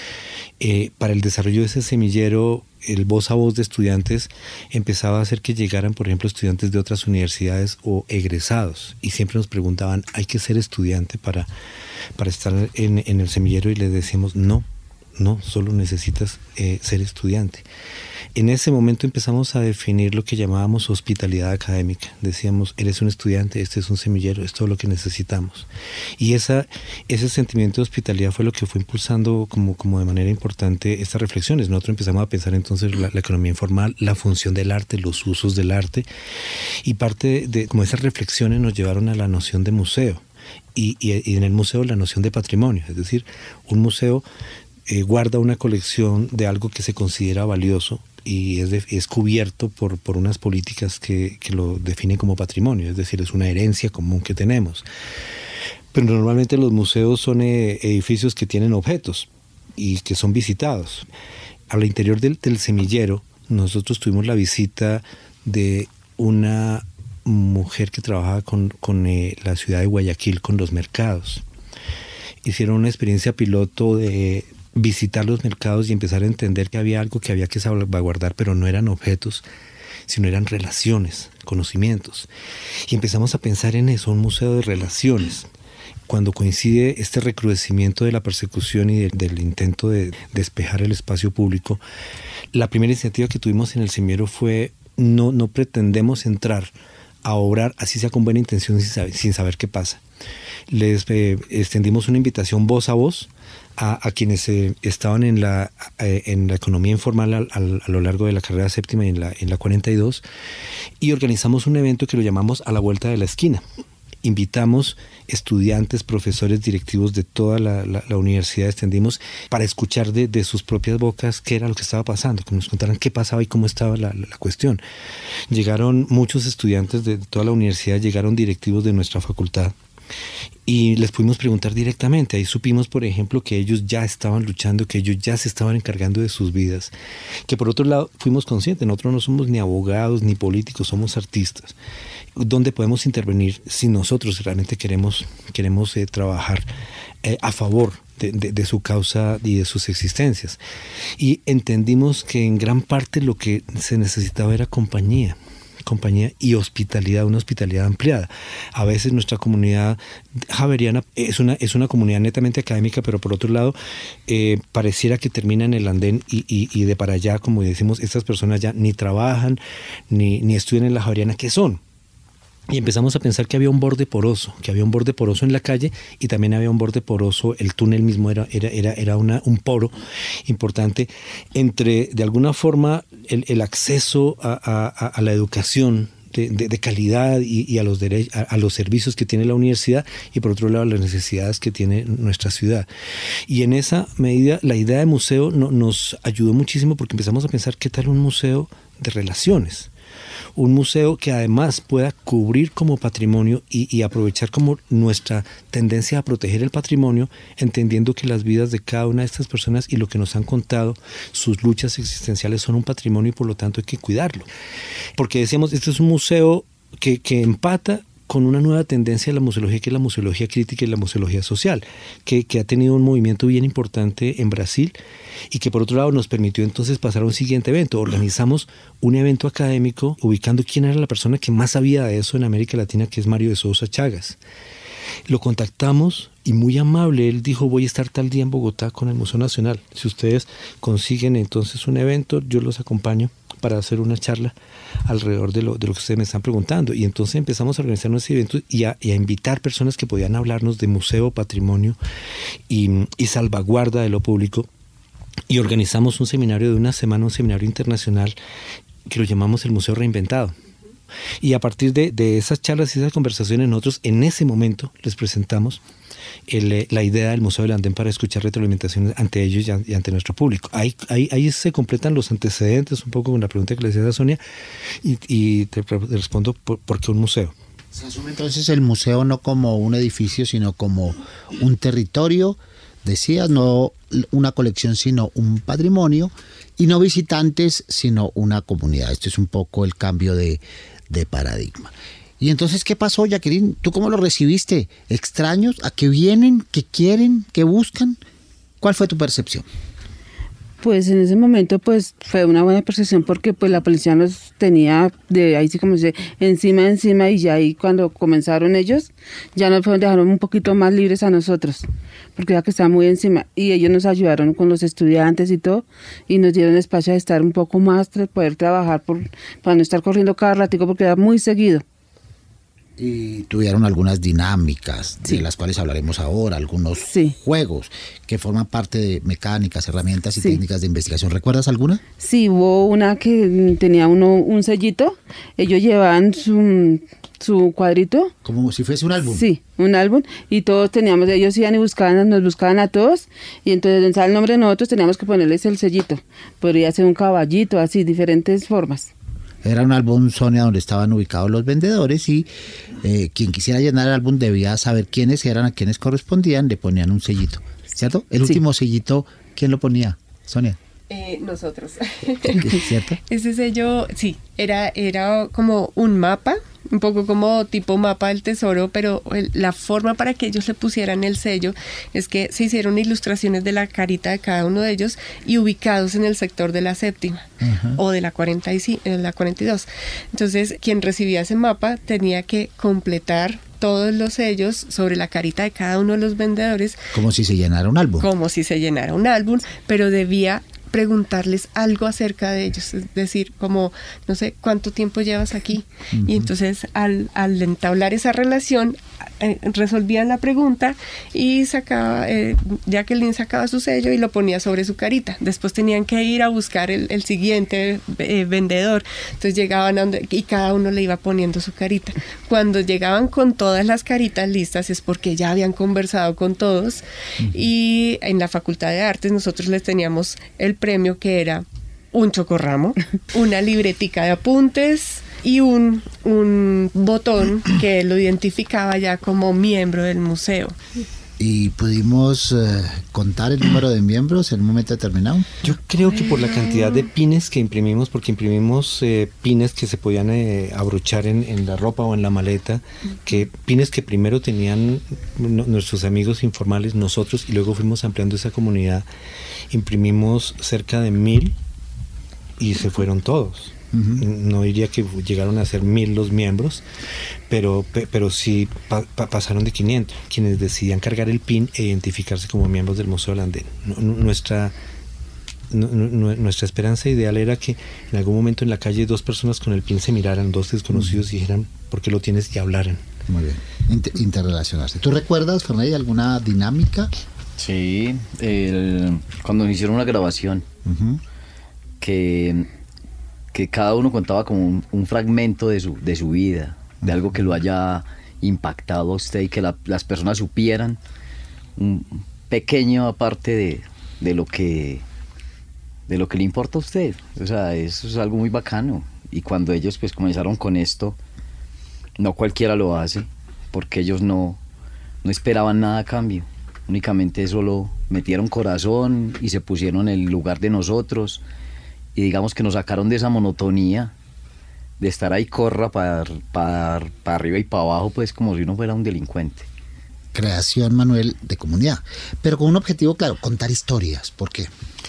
Para el desarrollo de ese semillero, el voz a voz de estudiantes empezaba a hacer que llegaran, por ejemplo, estudiantes de otras universidades o egresados, y siempre nos preguntaban, ¿hay que ser estudiante para estar en el semillero? Y les decíamos, no, solo necesitas ser estudiante. En ese momento empezamos a definir lo que llamábamos hospitalidad académica. Decíamos, eres un estudiante, este es un semillero, es todo lo que necesitamos. Y ese sentimiento de hospitalidad fue lo que fue impulsando como de manera importante estas reflexiones. Nosotros empezamos a pensar entonces la economía informal, la función del arte, los usos del arte, y parte de como esas reflexiones nos llevaron a la noción de museo. Y en el museo la noción de patrimonio, es decir, un museo guarda una colección de algo que se considera valioso y es cubierto por unas políticas que lo definen como patrimonio, es decir, es una herencia común que tenemos. Pero normalmente los museos son edificios que tienen objetos y que son visitados. Al interior del semillero nosotros tuvimos la visita de una mujer que trabajaba con la ciudad de Guayaquil, con los mercados. Hicieron una experiencia piloto de visitar los mercados y empezar a entender que había algo que había que salvaguardar, pero no eran objetos, sino eran relaciones, conocimientos. Y empezamos a pensar en eso, un museo de relaciones. Cuando coincide este recrudecimiento de la persecución y del intento de despejar el espacio público, la primera iniciativa que tuvimos en el semillero fue no pretendemos entrar a obrar, así sea con buena intención, sin saber qué pasa. Les extendimos una invitación voz a voz a quienes estaban en la economía informal a lo largo de la carrera séptima y en la 42, y organizamos un evento que lo llamamos A la Vuelta de la Esquina. Invitamos estudiantes, profesores, directivos de toda la universidad, extendimos para escuchar de sus propias bocas qué era lo que estaba pasando, que nos contaran qué pasaba y cómo estaba la cuestión. Llegaron muchos estudiantes de toda la universidad, llegaron directivos de nuestra facultad, Y les pudimos preguntar directamente. Ahí supimos, por ejemplo, que ellos ya estaban luchando, que ellos ya se estaban encargando de sus vidas. Que por otro lado fuimos conscientes, nosotros no somos ni abogados ni políticos, somos artistas. ¿Dónde podemos intervenir si nosotros realmente queremos trabajar a favor de su causa y de sus existencias? Y entendimos que en gran parte lo que se necesitaba era compañía y hospitalidad, una hospitalidad ampliada. A veces nuestra comunidad javeriana es una comunidad netamente académica, pero por otro lado pareciera que termina en el andén y de para allá, como decimos, estas personas ya ni trabajan ni estudian en la javeriana. ¿Qué son? Y empezamos a pensar que había un borde poroso en la calle, y también había un borde poroso, el túnel mismo era un poro importante entre, de alguna forma, el acceso a la educación de calidad y a los servicios que tiene la universidad, y por otro lado las necesidades que tiene nuestra ciudad. Y en esa medida la idea de museo nos ayudó muchísimo, porque empezamos a pensar qué tal un museo de relaciones. Un museo que además pueda cubrir como patrimonio y aprovechar como nuestra tendencia a proteger el patrimonio, entendiendo que las vidas de cada una de estas personas y lo que nos han contado, sus luchas existenciales, son un patrimonio, y por lo tanto hay que cuidarlo. Porque decíamos, este es un museo que empata con una nueva tendencia de la museología, que es la museología crítica y la museología social, que ha tenido un movimiento bien importante en Brasil, y que por otro lado nos permitió entonces pasar a un siguiente evento. Organizamos un evento académico ubicando quién era la persona que más sabía de eso en América Latina, que es Mario de Sousa Chagas. Lo contactamos y muy amable, él dijo: voy a estar tal día en Bogotá con el Museo Nacional. Si ustedes consiguen entonces un evento, yo los acompaño para hacer una charla alrededor de lo que ustedes me están preguntando. Y entonces empezamos a organizar nuestros eventos y a invitar personas que podían hablarnos de museo, patrimonio y salvaguarda de lo público. Y organizamos un seminario de una semana, un seminario internacional que lo llamamos el Museo Reinventado. Y a partir de esas charlas y esas conversaciones, nosotros en ese momento les presentamos la idea del Museo del Andén para escuchar retroalimentaciones ante ellos y ante nuestro público. Ahí se completan los antecedentes un poco con la pregunta que le hacía a Sonia, y te respondo por qué un museo. Se asume entonces el museo no como un edificio, sino como un territorio, decías, no una colección, sino un patrimonio, y no visitantes, sino una comunidad. Esto es un poco el cambio de paradigma. Y entonces, ¿qué pasó, Jacqueline? ¿Tú cómo lo recibiste? ¿Extraños? ¿A qué vienen? ¿Qué quieren? ¿Qué buscan? ¿Cuál fue tu percepción? Pues en ese momento pues fue una buena percepción, porque pues la policía nos tenía de ahí, sí, como se encima, y ya ahí cuando comenzaron ellos ya nos dejaron un poquito más libres a nosotros, porque ya que estaba muy encima, y ellos nos ayudaron con los estudiantes y todo, y nos dieron espacio de estar un poco más, poder trabajar para no estar corriendo cada ratico, porque era muy seguido. Y tuvieron algunas dinámicas, sí, de las cuales hablaremos ahora, algunos juegos que forman parte de mecánicas, herramientas y técnicas de investigación. ¿Recuerdas alguna? Sí, hubo una que tenía un sellito, ellos llevaban su cuadrito. Como si fuese un álbum. Sí, un álbum, y todos teníamos, ellos iban y nos buscaban a todos, y entonces donde estaba el nombre de nosotros teníamos que ponerles el sellito. Podría ser un caballito, así, diferentes formas. Era un álbum, Sonia, donde estaban ubicados los vendedores, y quien quisiera llenar el álbum debía saber quiénes eran, a quiénes correspondían, le ponían un sellito, ¿cierto? El último sellito, ¿quién lo ponía, Sonia? Nosotros. ¿Cierto? Ese sello, sí, era como un mapa, un poco como tipo mapa del tesoro, pero la forma para que ellos le pusieran el sello es que se hicieron ilustraciones de la carita de cada uno de ellos y ubicados en el sector de la séptima, o de la 42. Entonces, quien recibía ese mapa tenía que completar todos los sellos sobre la carita de cada uno de los vendedores. Como si se llenara un álbum. Como si se llenara un álbum, pero debía preguntarles algo acerca de ellos, es decir, como, no sé, ¿cuánto tiempo llevas aquí? Y entonces al entablar esa relación, resolvían la pregunta y Jacqueline sacaba su sello y lo ponía sobre su carita. Después tenían que ir a buscar el siguiente vendedor, entonces llegaban y cada uno le iba poniendo su carita. Cuando llegaban con todas las caritas listas es porque ya habían conversado con todos, y en la Facultad de Artes nosotros les teníamos el premio, que era un chocorramo, una libretica de apuntes y un botón que lo identificaba ya como miembro del museo. ¿Y pudimos contar el número de miembros en un momento determinado? Yo creo que por la cantidad de pines que imprimimos, porque imprimimos pines que se podían abrochar en la ropa o en la maleta, pines que primero tenían nuestros amigos informales, nosotros, y luego fuimos ampliando esa comunidad. Imprimimos cerca de 1000 y se fueron todos. No diría que llegaron a ser 1000 los miembros, pero sí pasaron de 500 quienes decidían cargar el pin e identificarse como miembros del Museo del Andén. Nuestra esperanza ideal era que en algún momento en la calle 2 personas con el pin se miraran, 2 desconocidos, y dijeran ¿por qué lo tienes? Y hablaran. Muy bien, interrelacionarse. ¿Tú recuerdas, Ferney, alguna dinámica? Sí, cuando nos hicieron una grabación, que cada uno contaba como un fragmento de su vida, de algo que lo haya impactado a usted, y que las personas supieran un pequeño aparte de lo que le importa a usted. O sea, eso es algo muy bacano. Y cuando ellos pues comenzaron con esto, no cualquiera lo hace, porque ellos no esperaban nada a cambio. Únicamente solo metieron corazón y se pusieron en el lugar de nosotros. Y digamos que nos sacaron de esa monotonía de estar ahí corra para arriba y para abajo, pues como si uno fuera un delincuente. Creación, Manuel, de comunidad, pero con un objetivo claro, contar historias. ¿Por qué?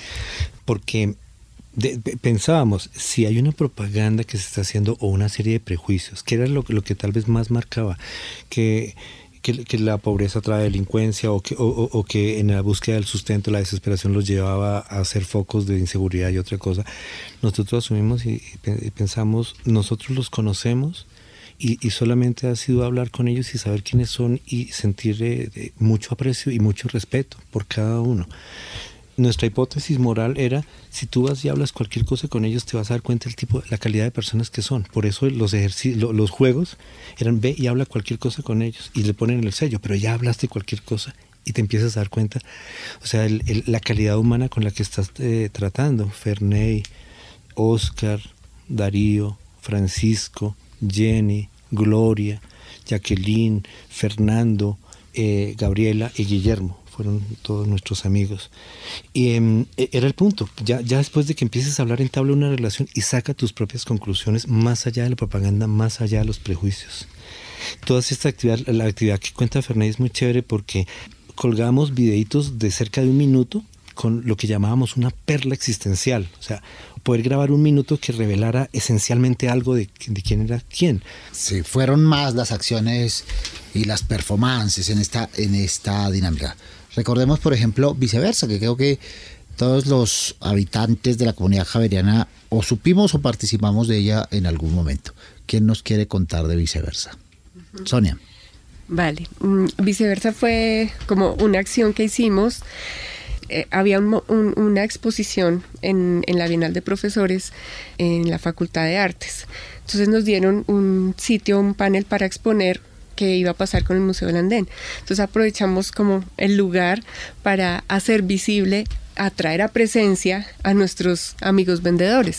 Porque pensábamos, si hay una propaganda que se está haciendo o una serie de prejuicios, que era lo que tal vez más marcaba, que la pobreza trae delincuencia, o que en la búsqueda del sustento la desesperación los llevaba a hacer focos de inseguridad y otra cosa, nosotros asumimos y pensamos, nosotros los conocemos y solamente ha sido hablar con ellos y saber quiénes son y sentir mucho aprecio y mucho respeto por cada uno. Nuestra hipótesis moral era, si tú vas y hablas cualquier cosa con ellos, te vas a dar cuenta la calidad de personas que son. Por eso los juegos eran, ve y habla cualquier cosa con ellos, y le ponen el sello, pero ya hablaste cualquier cosa y te empiezas a dar cuenta, o sea, la calidad humana con la que estás tratando. Ferney, Oscar, Darío, Francisco, Jenny, Gloria, Jacqueline, Fernando, Gabriela y Guillermo. Fueron todos nuestros amigos. Y era el punto. Ya después de que empieces a hablar, entabla una relación y saca tus propias conclusiones más allá de la propaganda, más allá de los prejuicios. Toda esta actividad, la actividad que cuenta Ferney es muy chévere porque colgamos videitos de cerca de 1 minuto con lo que llamábamos una perla existencial. O sea, poder grabar 1 minuto que revelara esencialmente algo de quién era quién. Sí, fueron más las acciones y las performances en esta dinámica. Recordemos, por ejemplo, Viceversa, que creo que todos los habitantes de la comunidad javeriana o supimos o participamos de ella en algún momento. ¿Quién nos quiere contar de Viceversa? Sonia. Vale, Viceversa fue como una acción que hicimos. Había una exposición en la Bienal de Profesores en la Facultad de Artes. Entonces nos dieron un panel para exponer qué iba a pasar con el Museo del Andén. Entonces aprovechamos como el lugar para hacer visible, atraer a presencia a nuestros amigos vendedores.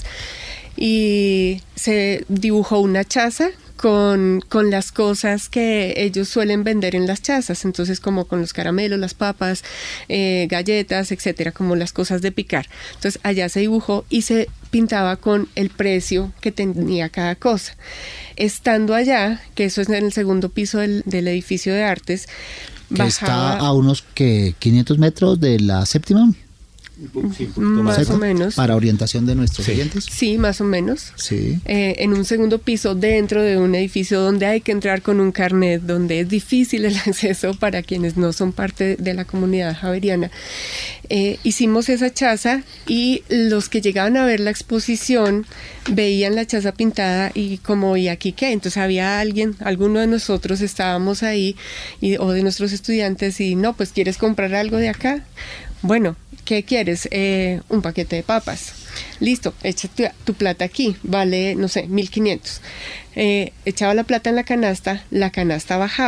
Y se dibujó una chaza con las cosas que ellos suelen vender en las chazas, entonces como con los caramelos, las papas, galletas, etcétera, como las cosas de picar. Entonces allá se dibujó y se pintaba con el precio que tenía cada cosa. Estando allá, que eso es en el segundo piso del edificio de artes, que está a unos 500 metros de la séptima. Sí, más o menos. Para orientación de nuestros oyentes. Sí, más o menos. Sí. En un segundo piso dentro de un edificio donde hay que entrar con un carnet, donde es difícil el acceso para quienes no son parte de la comunidad javeriana. Hicimos esa chaza y los que llegaban a ver la exposición veían la chaza pintada y como, ¿y aquí qué? Entonces había alguno de nosotros estábamos ahí o de nuestros estudiantes y no, pues ¿quieres comprar algo de acá? Bueno, ¿qué quieres? Un paquete de papas. Listo, echa tu plata aquí, vale, no sé, 1.500. Echaba la plata en la canasta bajaba,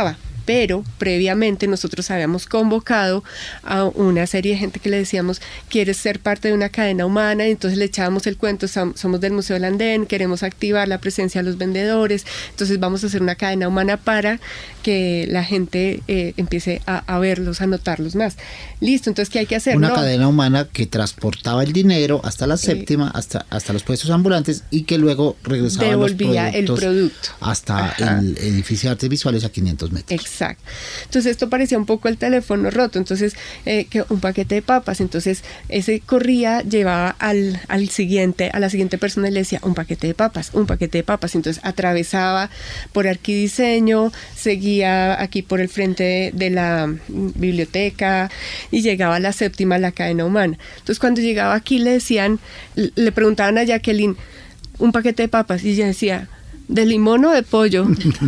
pero previamente nosotros habíamos convocado a una serie de gente que le decíamos, ¿quieres ser parte de una cadena humana? Y entonces le echábamos el cuento, somos del Museo del Andén, queremos activar la presencia de los vendedores, entonces vamos a hacer una cadena humana para que la gente empiece a verlos, a notarlos más. Listo, entonces ¿qué hay que hacer? Una cadena humana que transportaba el dinero hasta la séptima, hasta los puestos ambulantes, y que luego regresaba devolvía el producto hasta el edificio de artes visuales a 500 metros. Exacto. Entonces esto parecía un poco el teléfono roto, entonces que un paquete de papas, entonces ese corría, llevaba a la siguiente persona y le decía un paquete de papas, entonces atravesaba por Arquidiseño, seguía aquí por el frente de la biblioteca y llegaba a la séptima, la cadena humana. Entonces cuando llegaba aquí le preguntaban a Jacqueline un paquete de papas y ella decía, ¿de limón o de pollo?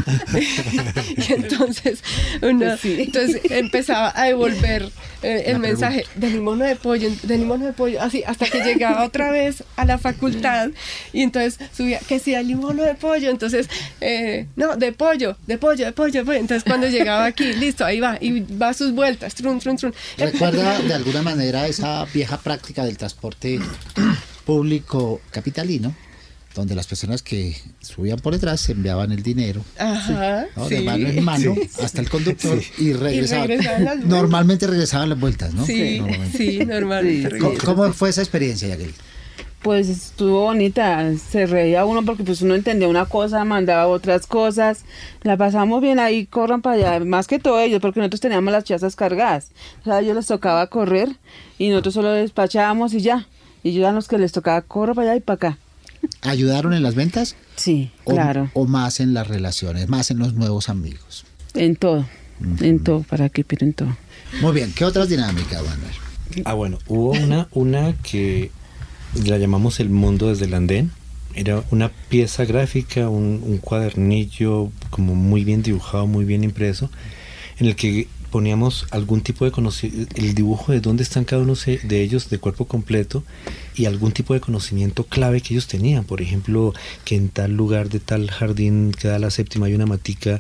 Y entonces entonces empezaba a devolver el mensaje, ¿de limón o de pollo? ¿De limón o de pollo? Así hasta que llegaba otra vez a la facultad y entonces subía, que si de limón o de pollo, entonces no, de pollo. Entonces cuando llegaba aquí, listo, ahí va, y va a sus vueltas, trun. ¿Recuerda de alguna manera esa vieja práctica del transporte público capitalino, donde las personas que subían por detrás se enviaban el dinero, ¿no? De mano en mano, hasta el conductor, y regresaban? Normalmente regresaban las vueltas, ¿no? Sí, normalmente. ¿Cómo fue esa experiencia, Jacqueline? Pues estuvo bonita, se reía uno porque pues uno entendía una cosa, mandaba otras cosas, la pasamos bien ahí, corran para allá, más que todo ellos, porque nosotros teníamos las chazas cargadas, o sea, a ellos les tocaba correr y nosotros solo despachábamos y ya, y ellos eran los que les tocaba correr para allá y para acá. ¿Ayudaron en las ventas? Sí, claro. ¿O más en las relaciones, más en los nuevos amigos? En todo, en todo, para que piden todo. Muy bien, ¿qué otras dinámicas, Manuel? Bueno, hubo una que la llamamos El Mundo desde el Andén. Era una pieza gráfica, un cuadernillo como muy bien dibujado, muy bien impreso, en el que poníamos algún tipo de el dibujo de dónde están cada uno de ellos de cuerpo completo y algún tipo de conocimiento clave que ellos tenían. Por ejemplo, que en tal lugar de tal jardín que da la séptima hay una matica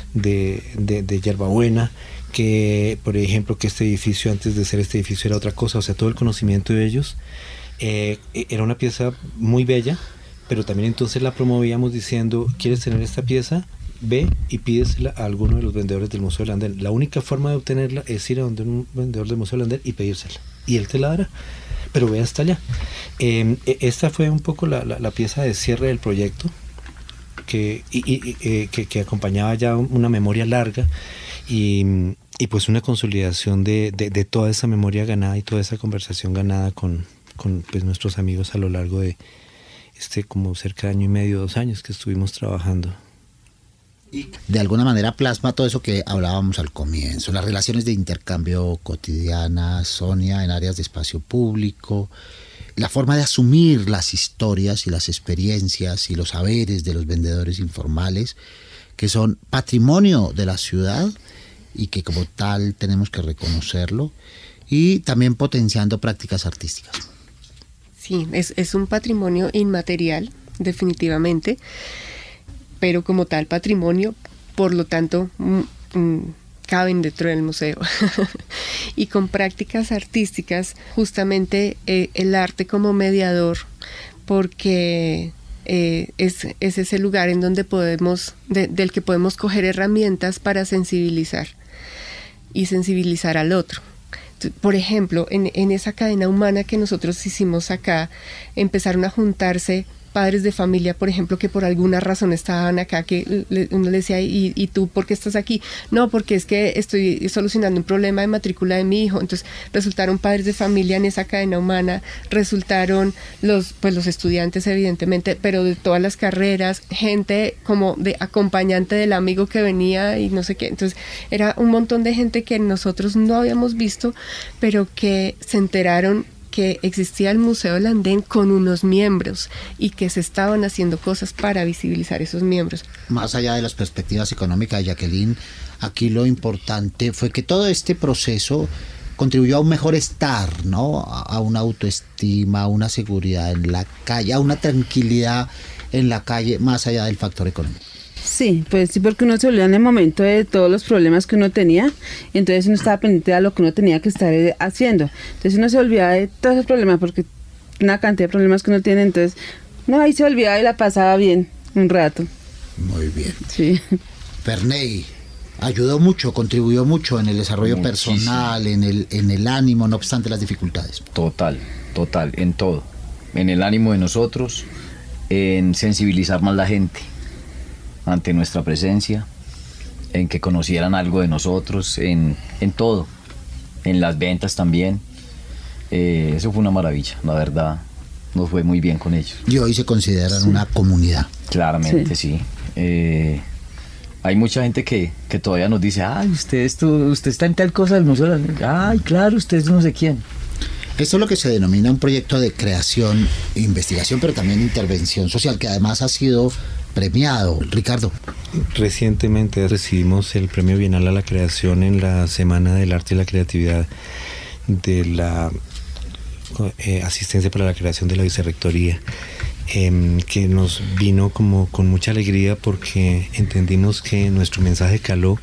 de hierbabuena, que por ejemplo que este edificio antes de ser este edificio era otra cosa, o sea, todo el conocimiento de ellos. Era una pieza muy bella, pero también entonces la promovíamos diciendo, ¿quieres tener esta pieza? Ve y pídesela a alguno de los vendedores del Museo del Andén. La única forma de obtenerla es ir a donde un vendedor del Museo del Andén y pedírsela. Y él te la dará, pero ve hasta allá. Esta fue un poco la pieza de cierre del proyecto, que acompañaba ya una memoria larga y pues una consolidación de toda esa memoria ganada y toda esa conversación ganada con pues, nuestros amigos a lo largo de como cerca de 1 año y medio, 2 años que estuvimos trabajando. De alguna manera plasma todo eso que hablábamos al comienzo, las relaciones de intercambio cotidianas, Sonia, en áreas de espacio público, la forma de asumir las historias y las experiencias y los saberes de los vendedores informales, que son patrimonio de la ciudad y que como tal tenemos que reconocerlo, y también potenciando prácticas artísticas. Sí, es un patrimonio inmaterial, definitivamente, pero como tal patrimonio, por lo tanto, caben dentro del museo. Y con prácticas artísticas, justamente el arte como mediador, porque es ese lugar en donde del que podemos coger herramientas para sensibilizar y sensibilizar al otro. Por ejemplo, en esa cadena humana que nosotros hicimos acá, empezaron a juntarse padres de familia, por ejemplo, que por alguna razón estaban acá, que uno le decía, ¿y tú por qué estás aquí? No, porque es que estoy solucionando un problema de matrícula de mi hijo. Entonces resultaron padres de familia en esa cadena humana, resultaron los estudiantes evidentemente, pero de todas las carreras, gente como de acompañante del amigo que venía y no sé qué. Entonces era un montón de gente que nosotros no habíamos visto, pero que se enteraron que existía el Museo del Andén con unos miembros y que se estaban haciendo cosas para visibilizar esos miembros. Más allá de las perspectivas económicas de Jacqueline, aquí lo importante fue que todo este proceso contribuyó a un mejor estar, ¿no? A una autoestima, a una seguridad en la calle, a una tranquilidad en la calle, más allá del factor económico. Sí, pues sí, porque uno se olvida en el momento de todos los problemas que uno tenía, y entonces uno estaba pendiente de lo que uno tenía que estar haciendo. Entonces uno se olvidaba de todos esos problemas, porque una cantidad de problemas que uno tiene, entonces no, ahí se olvidaba y la pasaba bien un rato. Muy bien. Sí. Ferney, ayudó mucho, contribuyó mucho en el desarrollo personal, en el ánimo, no obstante las dificultades. Total, en todo. En el ánimo de nosotros, en sensibilizar más la gente ante nuestra presencia, en que conocieran algo de nosotros, en todo, en las ventas también. Eso fue una maravilla, la verdad, nos fue muy bien con ellos. Y hoy se consideran una comunidad. Claramente sí. Hay mucha gente que todavía nos dice, ay, usted está en tal cosa del Museo de Landén. Ay, claro, usted es no sé quién. Esto es lo que se denomina un proyecto de creación, investigación, pero también intervención social, que además ha sido premiado. Ricardo. Recientemente recibimos el Premio Bienal a la Creación en la Semana del Arte y la Creatividad de la Asistencia para la Creación de la Vicerrectoría, que nos vino como con mucha alegría porque entendimos que nuestro mensaje caló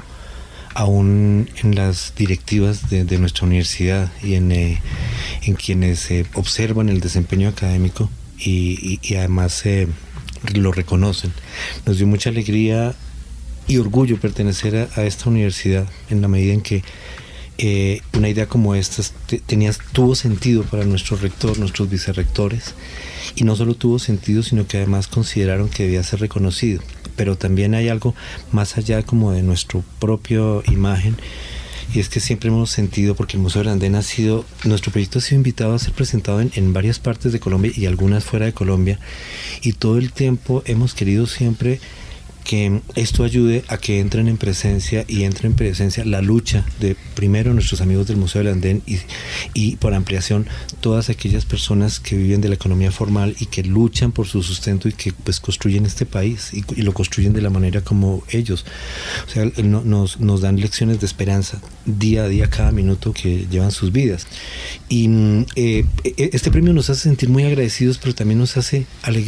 aún en las directivas de nuestra universidad y en quienes observan el desempeño académico y además lo reconocen. Nos dio mucha alegría y orgullo pertenecer a esta universidad en la medida en que una idea como esta tuvo sentido para nuestro rector, nuestros vicerrectores, y no solo tuvo sentido, sino que además consideraron que debía ser reconocido. Pero también hay algo más allá como de nuestra propia imagen, y es que siempre hemos sentido, porque el Museo de Landén nuestro proyecto ha sido invitado a ser presentado en varias partes de Colombia y algunas fuera de Colombia, y todo el tiempo hemos querido siempre que esto ayude a que entre en presencia la lucha de primero nuestros amigos del Museo de Landén y por ampliación todas aquellas personas que viven de la economía formal y que luchan por su sustento y que pues construyen este país y lo construyen de la manera como ellos. O sea, nos dan lecciones de esperanza día a día, cada minuto que llevan sus vidas. Y este premio nos hace sentir muy agradecidos, pero también nos hace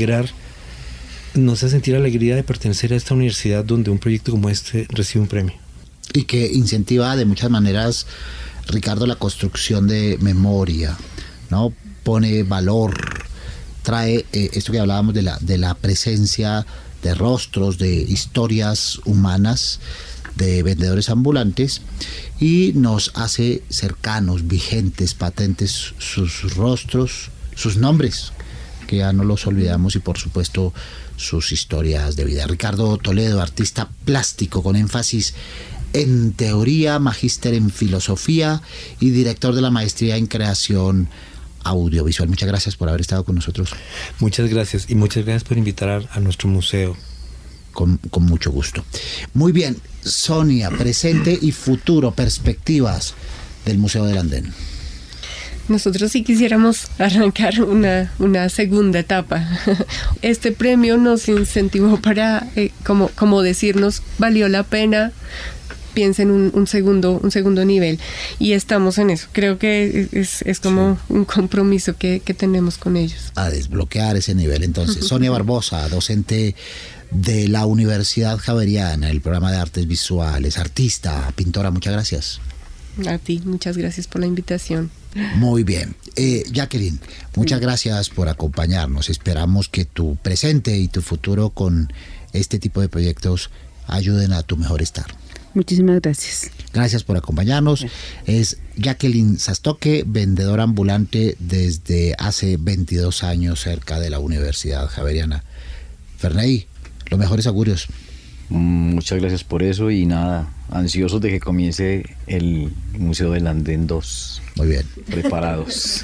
sentir alegría de pertenecer a esta universidad donde un proyecto como este recibe un premio. Y que incentiva de muchas maneras, Ricardo, la construcción de memoria, ¿no? Pone valor, trae esto que hablábamos de la presencia de rostros, de historias humanas, de vendedores ambulantes, y nos hace cercanos, vigentes, patentes sus rostros, sus nombres, que ya no los olvidamos, y por supuesto sus historias de vida. Ricardo Toledo, artista plástico con énfasis en teoría, magíster en filosofía y director de la maestría en creación audiovisual. Muchas gracias por haber estado con nosotros. Muchas gracias, y muchas gracias por invitar a nuestro museo. Con mucho gusto. Muy bien, Sonia, presente y futuro, perspectivas del Museo de Landén. Nosotros sí quisiéramos arrancar una segunda etapa. Este premio nos incentivó para, como decirnos, valió la pena, piensa en un segundo nivel. Y estamos en eso. Creo que es como un compromiso que tenemos con ellos. A desbloquear ese nivel. Entonces, Sonia Barbosa, docente de la Universidad Javeriana, el programa de artes visuales, artista, pintora, muchas gracias. A ti, muchas gracias por la invitación. Muy bien. Jacqueline, muchas gracias por acompañarnos. Esperamos que tu presente y tu futuro con este tipo de proyectos ayuden a tu mejor estar. Muchísimas gracias. Gracias por acompañarnos. Es Jacqueline Sastoque, vendedora ambulante desde hace 22 años cerca de la Universidad Javeriana. Ferney, los mejores augurios. Muchas gracias por eso, y nada, ansiosos de que comience el Museo de Landén 2. Muy bien. Preparados.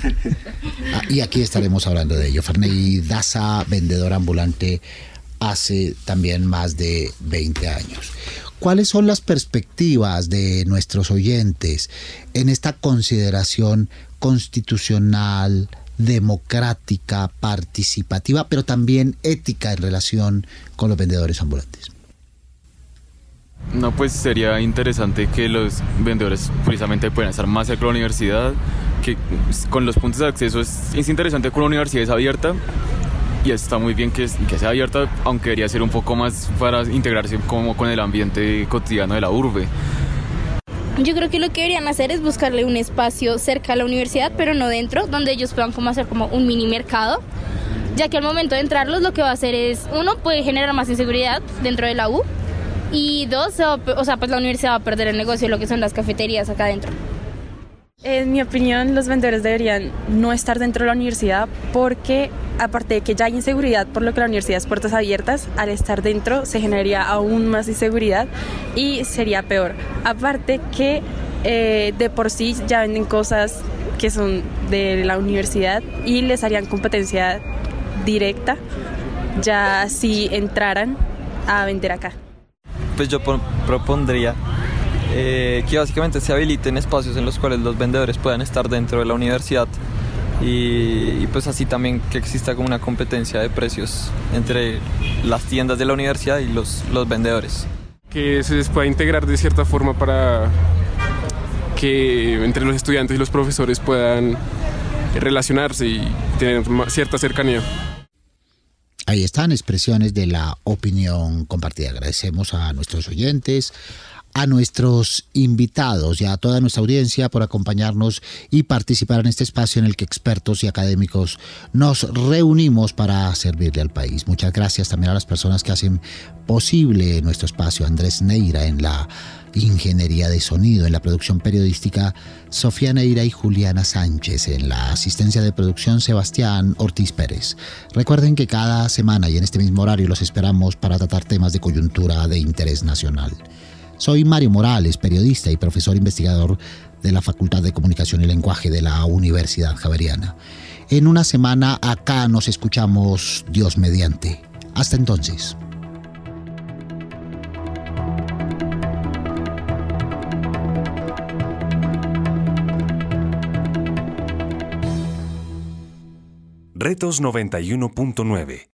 Y aquí estaremos hablando de ello. Ferney Daza, vendedora ambulante hace también más de 20 años. ¿Cuáles son las perspectivas de nuestros oyentes en esta consideración constitucional, democrática, participativa, pero también ética en relación con los vendedores ambulantes? No, pues sería interesante que los vendedores precisamente puedan estar más cerca de la universidad, que con los puntos de acceso es interesante que la universidad es abierta Y está muy bien que sea abierta, aunque debería ser un poco más para integrarse como con el ambiente cotidiano de la urbe. Yo creo que lo que deberían hacer es buscarle un espacio cerca a la universidad, pero no dentro, donde ellos puedan como hacer como un mini mercado, ya que al momento de entrarlos lo que va a hacer es, uno, puede generar más inseguridad dentro de la U, y dos, pues la universidad va a perder el negocio de lo que son las cafeterías acá adentro. En mi opinión, los vendedores deberían no estar dentro de la universidad porque, aparte de que ya hay inseguridad por lo que la universidad es puertas abiertas, al estar dentro se generaría aún más inseguridad y sería peor. Aparte que de por sí ya venden cosas que son de la universidad y les harían competencia directa ya si entraran a vender acá. Pues yo propondría que básicamente se habiliten espacios en los cuales los vendedores puedan estar dentro de la universidad y pues así también que exista como una competencia de precios entre las tiendas de la universidad y los vendedores. Que se les pueda integrar de cierta forma para que entre los estudiantes y los profesores puedan relacionarse y tener cierta cercanía. Ahí están expresiones de la opinión compartida. Agradecemos a nuestros oyentes, a nuestros invitados y a toda nuestra audiencia por acompañarnos y participar en este espacio en el que expertos y académicos nos reunimos para servirle al país. Muchas gracias también a las personas que hacen posible nuestro espacio. Andrés Neira en la ingeniería de sonido, en la producción periodística Sofía Neira y Juliana Sánchez, en la asistencia de producción Sebastián Ortiz Pérez. Recuerden que cada semana y en este mismo horario los esperamos para tratar temas de coyuntura de interés nacional. Soy Mario Morales, periodista y profesor investigador de la Facultad de Comunicación y Lenguaje de la Universidad Javeriana. En una semana acá nos escuchamos Dios mediante. Hasta entonces. Retos 91.9